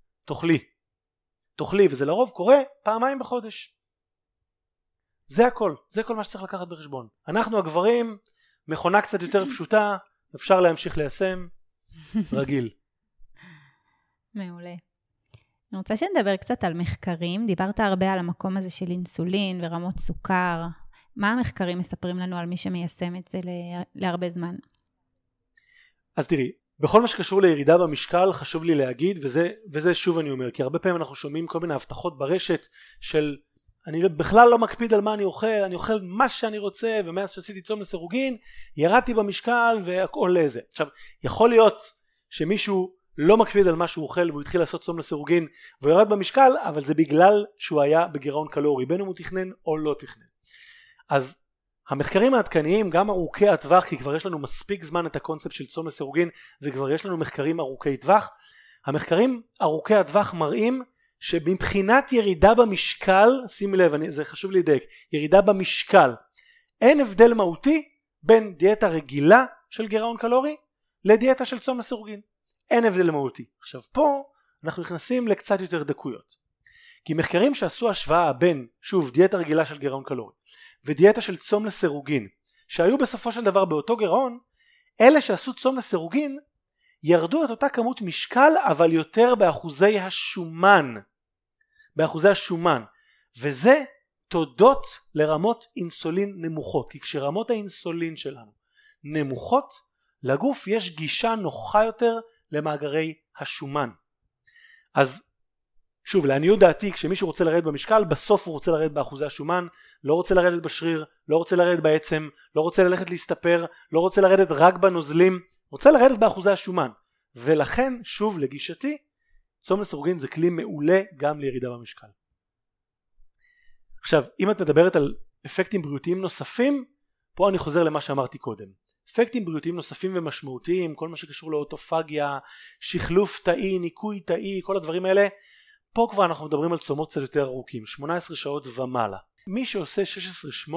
תאכלי, וזה לרוב קורה פעמיים בחודש. זה הכל, זה כל מה שצריך לקחת בחשבון. אנחנו הגברים, מכונה קצת יותר פשוטה, אפשר להמשיך ליישם, רגיל. מעולה. אני רוצה שנדבר קצת על מחקרים. דיברת הרבה על המקום הזה של אינסולין ורמות סוכר. מה המחקרים מספרים לנו על מי שמיישם את זה להרבה זמן? אז תראי, בכל מה שקשור לירידה במשקל חשוב לי להגיד, וזה שוב אני אומר, כי הרבה פעמים אנחנו שומעים כל מיני הבטחות ברשת של אני בכלל לא מקפיד על מה אני אוכל מה שאני רוצה, ומאז שעשיתי צום לסירוגין ירדתי במשקל והכל לזה. עכשיו, יכול להיות שמישהו לא מקפיד על מה שהוא אוכל והוא התחיל לעשות צום לסירוגין והוא ירד במשקל, אבל זה בגלל שהוא היה בגירעון קלורי, בין אם הוא תכנן או לא תכנן. אז המחקרים העדכניים, גם ארוכי הטווח, כי כבר יש לנו מספיק זמן את הקונספט של צום לסירוגין וכבר יש לנו מחקרים ארוכי טווח, המחקרים ארוכי הטווח מראים שמבחינת ירידה במשקל, שימי לב, זה חשוב לדייק, ירידה במשקל, אין הבדל מהותי בין דיאטה רגילה של גירעון קלורי לדיאטה של צום לסירוגין. אין הבדל מהותי. עכשיו פה אנחנו נכנסים לקצת יותר דקויות. כי מחקרים שעשו השוואה בין, שוב, דיאטה רגילה של גירעון קלורי ודיאטה של צום לסירוגין, שהיו בסופו של דבר באותו גירעון, אלה שעשו צום לסירוגין ירדו את אותה כמות משקל, אבל יותר באחוזי השומן. וזה תודות לרמות אינסולין נמוכות. כי כשרמות האינסולין שלנו נמוכות, לגוף יש גישה נוחה יותר למאגרי השומן. אז שוב, לעניות דעתי, כשמישהו רוצה לרדת במשקל, בסוף הוא רוצה לרדת באחוזי השומן, לא רוצה לרדת בשריר, לא רוצה לרדת בעצם, לא רוצה ללכת להסתפר, לא רוצה לרדת רק בנוזלים, רוצה לרדת באחוזי השומן. ולכן, שוב, לגישתי, צום לסירוגין זה כלי מעולה גם לירידה במשקל. עכשיו, אם את מדברת על אפקטים בריאותיים נוספים, פה אני חוזר למה שאמרתי קודם. אפקטים בריאותיים נוספים ומשמעותיים, כל מה שקשור לאוטופגיה, שחלוף תאי, ניקוי תאי, כל הדברים האלה, פה כבר אנחנו מדברים על צומות קצת יותר ארוכים, 18 שעות ומעלה. מי שעושה 16-8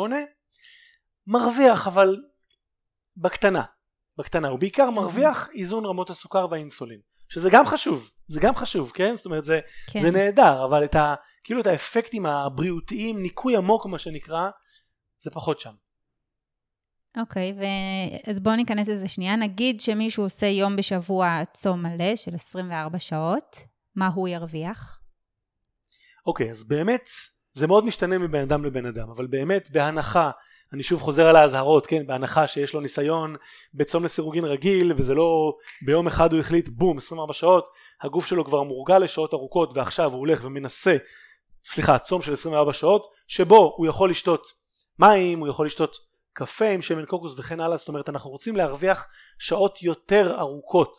מרוויח, אבל בקטנה, הוא בעיקר מרוויח איזון רמות הסוכר והאינסולין, שזה גם חשוב, כן? זאת אומרת, זה נהדר, אבל כאילו את האפקטים הבריאותיים, ניקוי עמוק מה שנקרא, זה פחות שם. אוקיי, אז בואו ניכנס לזה שנייה. נגיד שמישהו עושה יום בשבוע צום מלא של 24 שעות, מה הוא ירוויח? אוקיי, אז באמת זה מאוד משתנה מבן אדם לבן אדם, אבל באמת בהנחה, אני שוב חוזר על ההזהרות, כן? בהנחה שיש לו ניסיון בצום לסירוגין רגיל, וזה לא ביום אחד הוא החליט בום 24 שעות, הגוף שלו כבר מורגל לשעות ארוכות, ועכשיו הוא הולך ומנסה, צום של 24 שעות, שבו הוא יכול לשתות מים, הוא יכול לשתות קפה עם שמן קוקוס וכן הלאה. זאת אומרת, אנחנו רוצים להרוויח שעות יותר ארוכות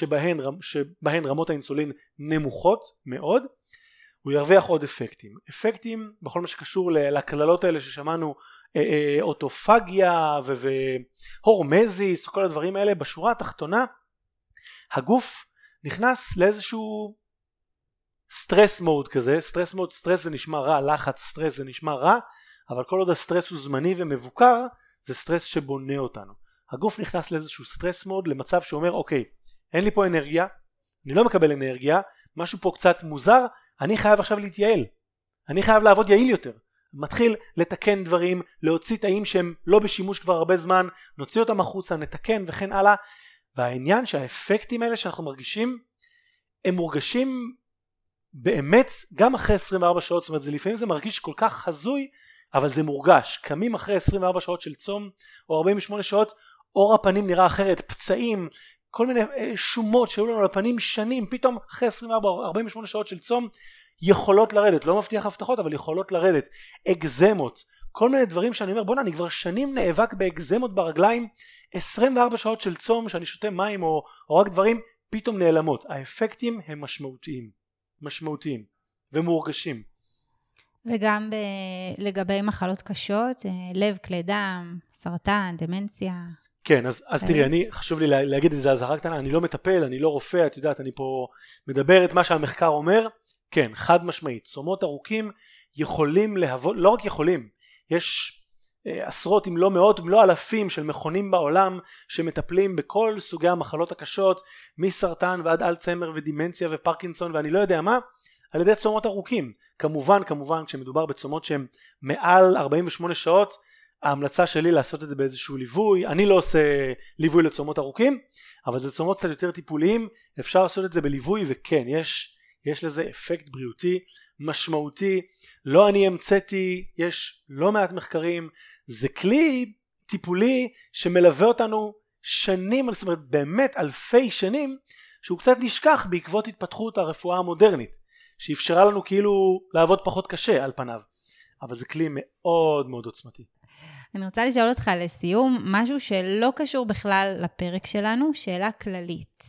שבהן רמות האינסולין נמוכות מאוד. הוא ירוויח עוד אפקטים בכל מה שקשור לכללות האלה ששמענו, אוטופגיה והורמזיס, כל הדברים האלה. בשורה התחתונה הגוף נכנס לאיזשהו סטרס מוד כזה. סטרס זה נשמע רע, לחץ סטרס זה נשמע רע, אבל כל עוד הסטרס הוא זמני ומבוקר, זה סטרס שבונה אותנו. הגוף נכנס לאיזשהו סטרס מוד, למצב שאומר, אוקיי, אין לי פה אנרגיה, אני לא מקבל אנרגיה, משהו פה קצת מוזר, אני חייב עכשיו להתייעל, אני חייב לעבוד יעיל יותר, מתחיל לתקן דברים, להוציא תאים שהם לא בשימוש כבר הרבה זמן, נוציא אותם החוצה, נתקן וכן הלאה. והעניין שהאפקטים האלה שאנחנו מרגישים, הם מורגשים באמת גם אחרי 24 שעות, זאת אומרת לפעמים זה מרגיש כל כך הזוי, אבל זה מורגש. קמים אחרי 24 שעות של צום או 48 שעות, אור הפנים נראה אחרת, פצעים, כל מיני שומות שהיו לנו על הפנים שנים, פתאום אחרי 24-48 שעות של צום יכולות לרדת, לא מבטיח הבטחות אבל יכולות לרדת, אקזמות, כל מיני דברים שאני אומר בוא'נה אני כבר שנים נאבק באקזמות ברגליים, 24 שעות של צום שאני שותה מים או רק דברים פתאום נעלמות. האפקטים הם משמעותיים ומורגשים. וגם לגבי מחלות קשות, לב, כלי דם, סרטן, דמנציה. כן, אז תראי, חשוב לי להגיד את זה אזהרה קטנה, אני לא מטפל, אני לא רופא, את יודעת, אני פה מדבר את מה שהמחקר אומר, כן, חד משמעית, צומות ארוכים יכולים להוות, לא רק יכולים, יש עשרות אם לא מאות, אם לא אלפים של מכונים בעולם שמטפלים בכל סוגי המחלות הקשות, מסרטן ועד אלצהיימר ודימנציה ופרקינסון ואני לא יודע מה, על ידי צומות ארוכים. כמובן כשמדובר בצומות שהם מעל 48 שעות, ההמלצה שלי לעשות את זה באיזשהו ליווי. אני לא עושה ליווי לצומות ארוכים, אבל זה צומות קצת יותר טיפוליים, אפשר לעשות את זה בליווי, וכן, יש לזה אפקט בריאותי משמעותי, לא אני המצאתי, יש לא מעט מחקרים, זה כלי טיפולי שמלווה אותנו שנים, זאת אומרת באמת אלפי שנים, שהוא קצת נשכח בעקבות התפתחות הרפואה המודרנית, שאפשרה לנו כאילו לעבוד פחות קשה על פניו, אבל זה כלי מאוד מאוד עוצמתי. אני רוצה לשאול אותך לסיום, משהו שלא קשור בכלל לפרק שלנו, שאלה כללית.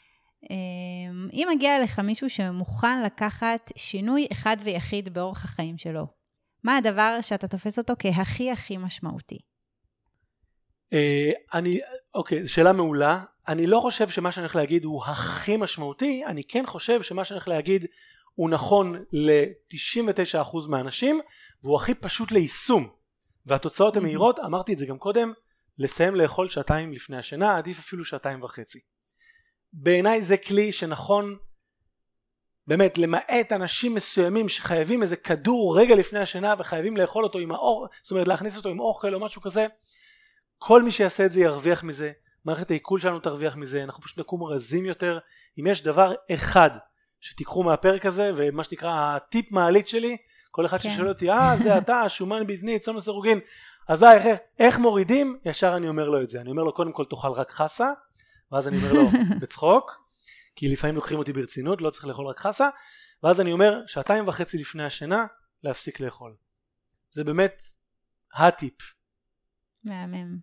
אם מגיע לך מישהו שמוכן לקחת שינוי אחד ויחיד באורח החיים שלו, מה הדבר שאתה תופס אותו כהכי הכי משמעותי? אוקיי, זו שאלה מעולה. אני לא חושב שמה שאני הולך להגיד הוא הכי משמעותי, אני כן חושב שמה שאני הולך להגיד הוא נכון ל-99% מהאנשים, והוא הכי פשוט ליישום. והתוצאות הן מהירות, אמרתי את זה גם קודם, לסיים לאכול 2 שעות לפני השינה, עדיף אפילו 2.5 שעות. בעיניי זה כלי שנכון, באמת, למעט אנשים מסוימים שחייבים איזה כדור רגע לפני השינה וחייבים לאכול אותו עם זאת אומרת להכניס אותו עם אוכל או משהו כזה, כל מי שיעשה את זה ירוויח מזה, מערכת העיכול שלנו תרוויח מזה, אנחנו פשוט נקום רזים יותר. אם יש דבר אחד שתיקחו מהפרק הזה, ומה שנקרא הטיפ מעלית שלי, כל אחד ששואל אותי, זה אתה, שומן בטני, צום לסירוגין, אז איך מורידים? ישר אני אומר לו את זה, אני אומר לו קודם כל תאכל רק חסה, ואז אני אומר לו בצחוק, כי לפעמים לוקחים אותי ברצינות, לא צריך לאכול רק חסה, ואז אני אומר 2.5 שעות לפני השינה להפסיק לאכול. זה באמת הטיפ. מהמם.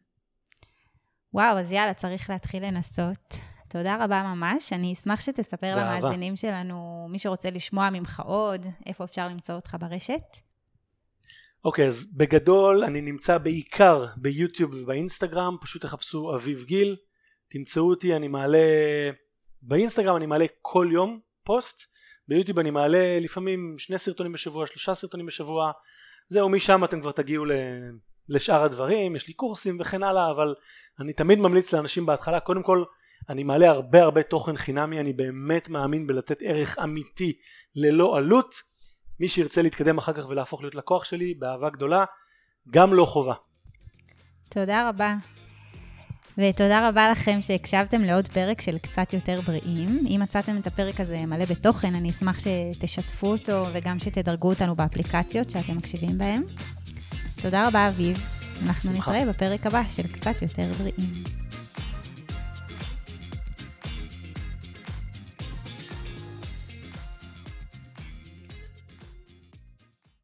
וואו, אז יאללה, צריך להתחיל לנסות. תודה רבה ממש, אני אשמח שתספר למאזינים שלנו, מי שרוצה לשמוע ממך עוד, איפה אפשר למצוא אותך ברשת? אוקיי, אז בגדול אני נמצא בעיקר ביוטיוב ובאינסטגרם, פשוט תחפשו אביב גיל, תמצאו אותי, אני מעלה, באינסטגרם אני מעלה כל יום פוסט, ביוטיוב אני מעלה לפעמים 2 סרטונים בשבוע, 3 סרטונים בשבוע, זהו, משם אתם כבר תגיעו לשאר הדברים, יש לי קורסים וכן הלאה, אבל אני תמיד ממליץ לאנשים בהתחלה, קודם כל, אני מעלה הרבה תוכן חינמי, אני באמת מאמין בלתת ערך אמיתי ללא עלות, מי שירצה להתקדם אחר כך ולהפוך להיות לקוח שלי, באהבה גדולה, גם לא חובה. תודה רבה. ותודה רבה לכם שהקשבתם לעוד פרק של קצת יותר בריאים. אם מצאתם את הפרק הזה מלא בתוכן, אני אשמח שתשתפו אותו וגם שתדרגו אותנו באפליקציות שאתם מקשיבים בהם. תודה רבה אביב. אנחנו נתראה בפרק הבא של קצת יותר בריאים.